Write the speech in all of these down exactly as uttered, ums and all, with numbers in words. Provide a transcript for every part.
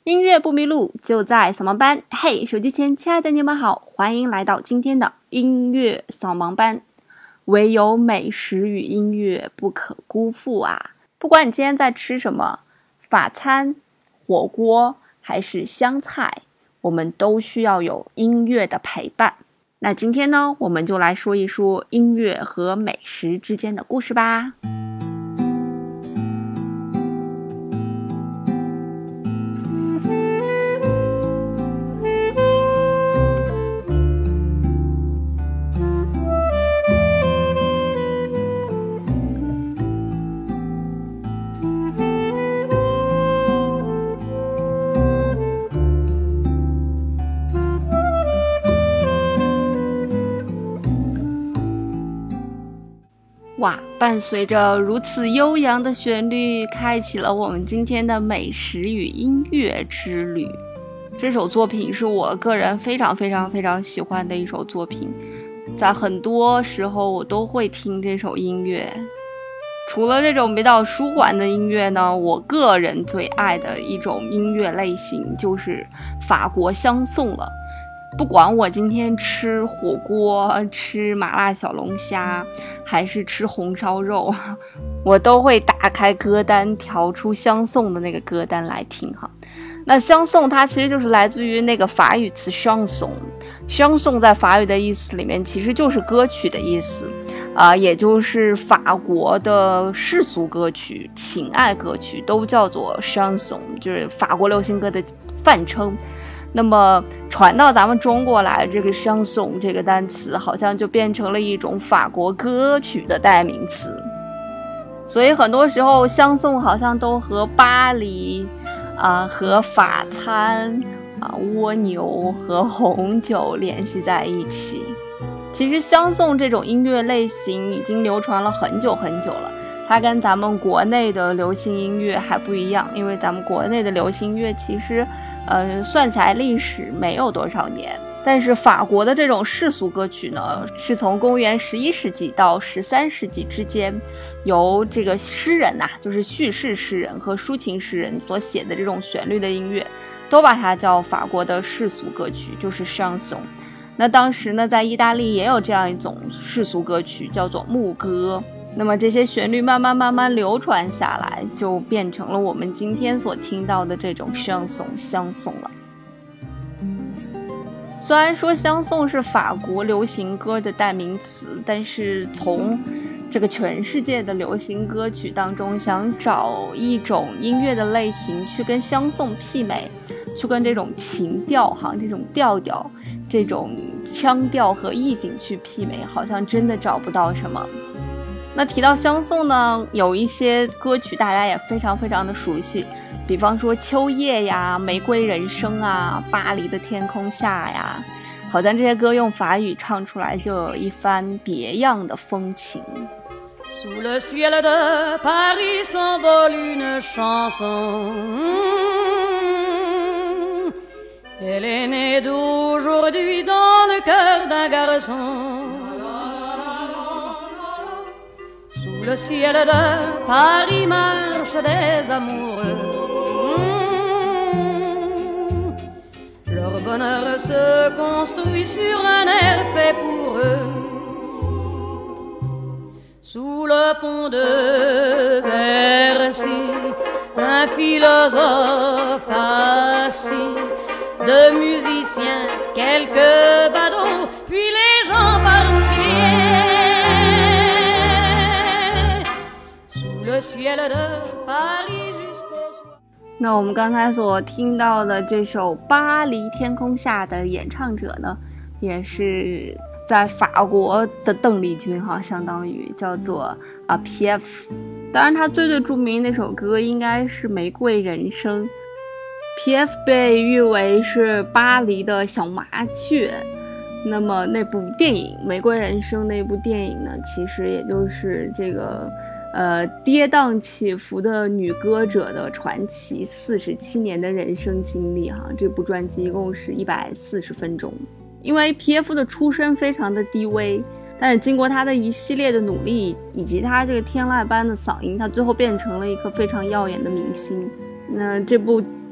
音乐不迷路，就在扫盲班。嘿，手机前亲爱的你们好，欢迎来到今天的音乐扫盲班。唯有美食与音乐不可辜负啊！不管你今天在吃什么，法餐、火锅还是湘菜，我们都需要有音乐的陪伴。那今天呢，我们就来说一说音乐和美食之间的故事吧。哇，伴随着如此悠扬的旋律，开启了我们今天的美食与音乐之旅。这首作品是我个人非常非常非常喜欢的一首作品，在很多时候我都会听这首音乐。除了这种比较舒缓的音乐呢，我个人最爱的一种音乐类型就是法国香颂了。不管我今天吃火锅、吃麻辣小龙虾，还是吃红烧肉，我都会打开歌单，调出香颂的那个歌单来听哈。那香颂它其实就是来自于那个法语词 chanson，chanson 在法语的意思里面其实就是歌曲的意思，啊、呃，也就是法国的世俗歌曲、情爱歌曲都叫做 chanson， 就是法国流行歌的泛称。那么传到咱们中国来，这个香颂这个单词好像就变成了一种法国歌曲的代名词，所以很多时候香颂好像都和巴黎啊、呃、和法餐啊、蜗牛和红酒联系在一起。其实香颂这种音乐类型已经流传了很久很久了，它跟咱们国内的流行音乐还不一样，因为咱们国内的流行音乐其实呃，算起来历史没有多少年，但是法国的这种世俗歌曲呢，是从公元十一世纪到十三世纪之间，由这个诗人呐、啊，就是叙事诗人和抒情诗人所写的这种旋律的音乐，都把它叫法国的世俗歌曲，就是 chanson。那当时呢，在意大利也有这样一种世俗歌曲，叫做牧歌。那么这些旋律慢慢慢慢流传下来，就变成了我们今天所听到的这种chanson香颂了。虽然说香颂是法国流行歌的代名词，但是从这个全世界的流行歌曲当中，想找一种音乐的类型去跟香颂媲美，去跟这种情调哈，这种调调、这种腔调和意境去媲美，好像真的找不到什么。那提到香颂呢，有一些歌曲大家也非常非常的熟悉，比方说秋叶呀、玫瑰人生啊、巴黎的天空下呀，好像这些歌用法语唱出来就有一番别样的风情。 Sous le ciel de Paris s'envole une chanson, elle est née d'aujourd'hui dans le cœur d'un garçon.Sous le ciel de Paris marchent des amoureux, leur bonheur se construit sur un air fait pour eux. Sous le pont de Bercy, un philosophe assis, deux musiciens, quelques badauds, puis les gens par milliers.Le ciel de Paris jusqu'au soir。 那我们刚才所听到的这首《巴黎天空下》的演唱者呢，也是在法国的邓丽君哈，相当于叫做啊 P F。当然，他最最著名的那首歌应该是《玫瑰人生》。P F 被誉为是巴黎的小麻雀。那么那部电影《玫瑰人生》那部电影呢，其实也就是这个。呃，跌宕起伏的女歌者的传奇，四十七年的人生经历哈。这部专辑一共是一百四十分钟。因为 P F 的出身非常的低微，但是经过他的一系列的努力，以及他这个天籁般的嗓音，他最后变成了一个非常耀眼的明星。那这部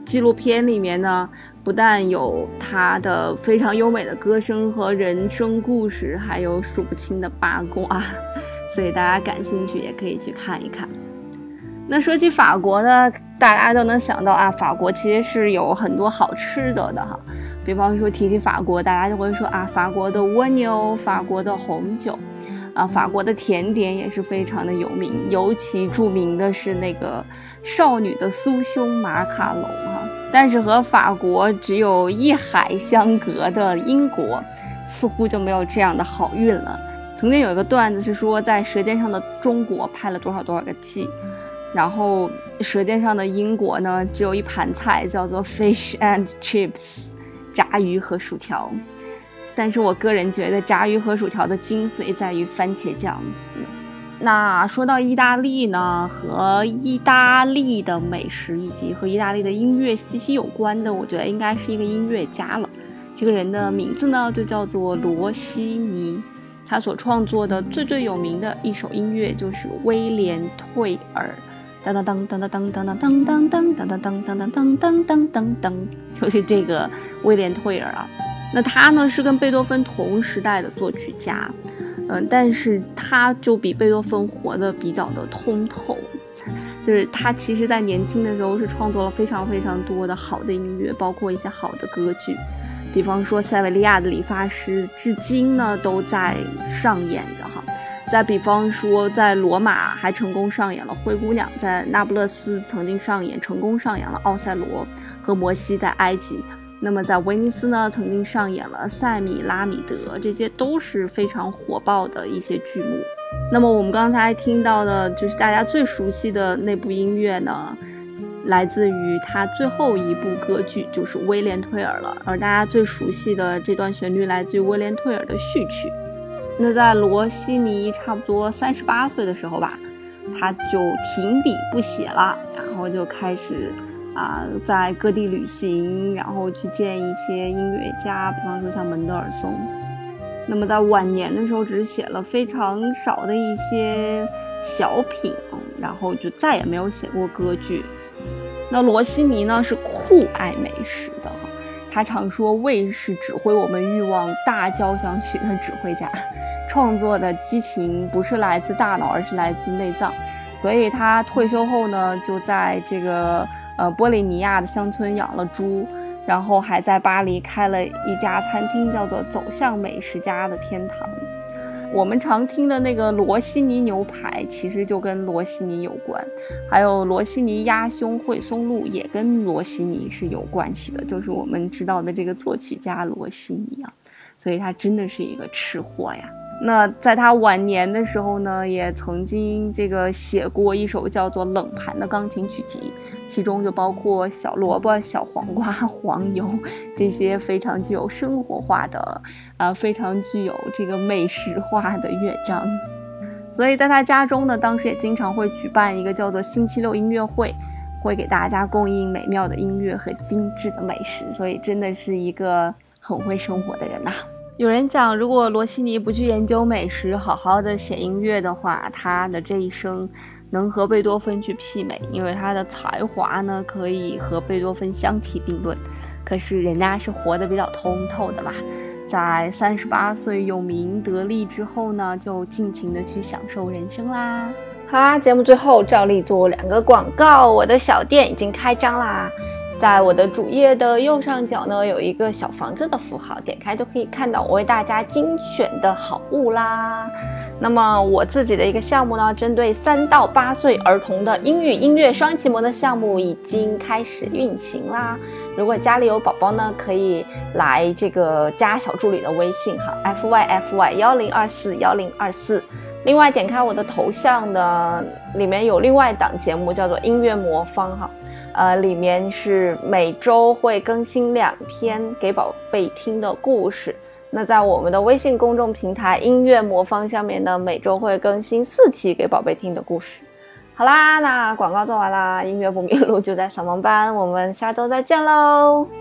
纪录片里面呢，不但有他的非常优美的歌声和人生故事，还有数不清的八卦，所以大家感兴趣也可以去看一看。那说起法国呢，大家都能想到啊，法国其实是有很多好吃的的哈。比方说提起法国，大家就会说啊，法国的蜗牛，法国的红酒，啊，法国的甜点也是非常的有名，尤其著名的是那个少女的酥胸马卡龙哈。但是和法国只有一海相隔的英国，似乎就没有这样的好运了。曾经有一个段子是说，在《舌尖上的中国》拍了多少多少个季。然后舌尖上的英国呢，只有一盘菜叫做 fish and chips， 炸鱼和薯条。但是我个人觉得炸鱼和薯条的精髓在于番茄酱。那说到意大利呢，和意大利的美食以及和意大利的音乐息息有关的，我觉得应该是一个音乐家了。这个人的名字呢就叫做罗西尼，他所创作的最最有名的一首音乐就是威廉退尔。当当当当当当当当当当当当当当当当当当当，就是这个威廉退尔啊。那他呢是跟贝多芬同时代的作曲家，嗯，但是他就比贝多芬活得比较的通透，就是他其实在年轻的时候是创作了非常非常多的好的音乐，包括一些好的歌剧，比方说塞维利亚的理发师至今呢都在上演着哈。再比方说在罗马还成功上演了灰姑娘，在那不勒斯曾经上演成功上演了奥赛罗和摩西在埃及，那么在威尼斯呢曾经上演了塞米拉米德，这些都是非常火爆的一些剧目。那么我们刚才听到的就是大家最熟悉的那部音乐呢，来自于他最后一部歌剧，就是威廉退尔了，而大家最熟悉的这段旋律来自于威廉退尔的序曲。那在罗西尼差不多三十八岁的时候吧，他就停笔不写了，然后就开始啊、呃，在各地旅行，然后去见一些音乐家，比方说像门德尔松。那么在晚年的时候，只是写了非常少的一些小品，然后就再也没有写过歌剧。那罗西尼呢是酷爱美食的哈，他常说胃是指挥我们欲望大交响曲的指挥家，创作的激情不是来自大脑，而是来自内脏。所以他退休后呢，就在这个呃波利尼亚的乡村养了猪，然后还在巴黎开了一家餐厅，叫做走向美食家的天堂。我们常听的那个罗西尼牛排其实就跟罗西尼有关，还有罗西尼鸭胸烩松露也跟罗西尼是有关系的，就是我们知道的这个作曲家罗西尼啊，所以他真的是一个吃货呀。那在他晚年的时候呢，也曾经这个写过一首叫做《冷盘》的钢琴曲集，其中就包括小萝卜、小黄瓜、黄油这些非常具有生活化的呃，非常具有这个美食化的乐章。所以在他家中呢，当时也经常会举办一个叫做星期六音乐会，会给大家供应美妙的音乐和精致的美食，所以真的是一个很会生活的人呐、啊。有人讲，如果罗西尼不去研究美食，好好的写音乐的话，他的这一生能和贝多芬去媲美，因为他的才华呢可以和贝多芬相提并论。可是人家是活得比较通透的嘛，在三十八岁有名得利之后呢，就尽情的去享受人生啦。好啦，节目最后照例做两个广告，我的小店已经开张啦。在我的主页的右上角呢，有一个小房子的符号，点开就可以看到我为大家精选的好物啦。那么我自己的一个项目呢，针对三到八岁儿童的英语音乐双启蒙的项目已经开始运行啦。如果家里有宝宝呢，可以来这个加小助理的微信哈 ，f y f y 一零二四一零二四。另外点开我的头像呢，里面有另外一档节目叫做音乐魔方哈。呃，里面是每周会更新两天给宝贝听的故事。那在我们的微信公众平台音乐魔方下面呢，每周会更新四期给宝贝听的故事。好啦，那广告做完啦，音乐不迷路就在扫盲班，我们下周再见喽。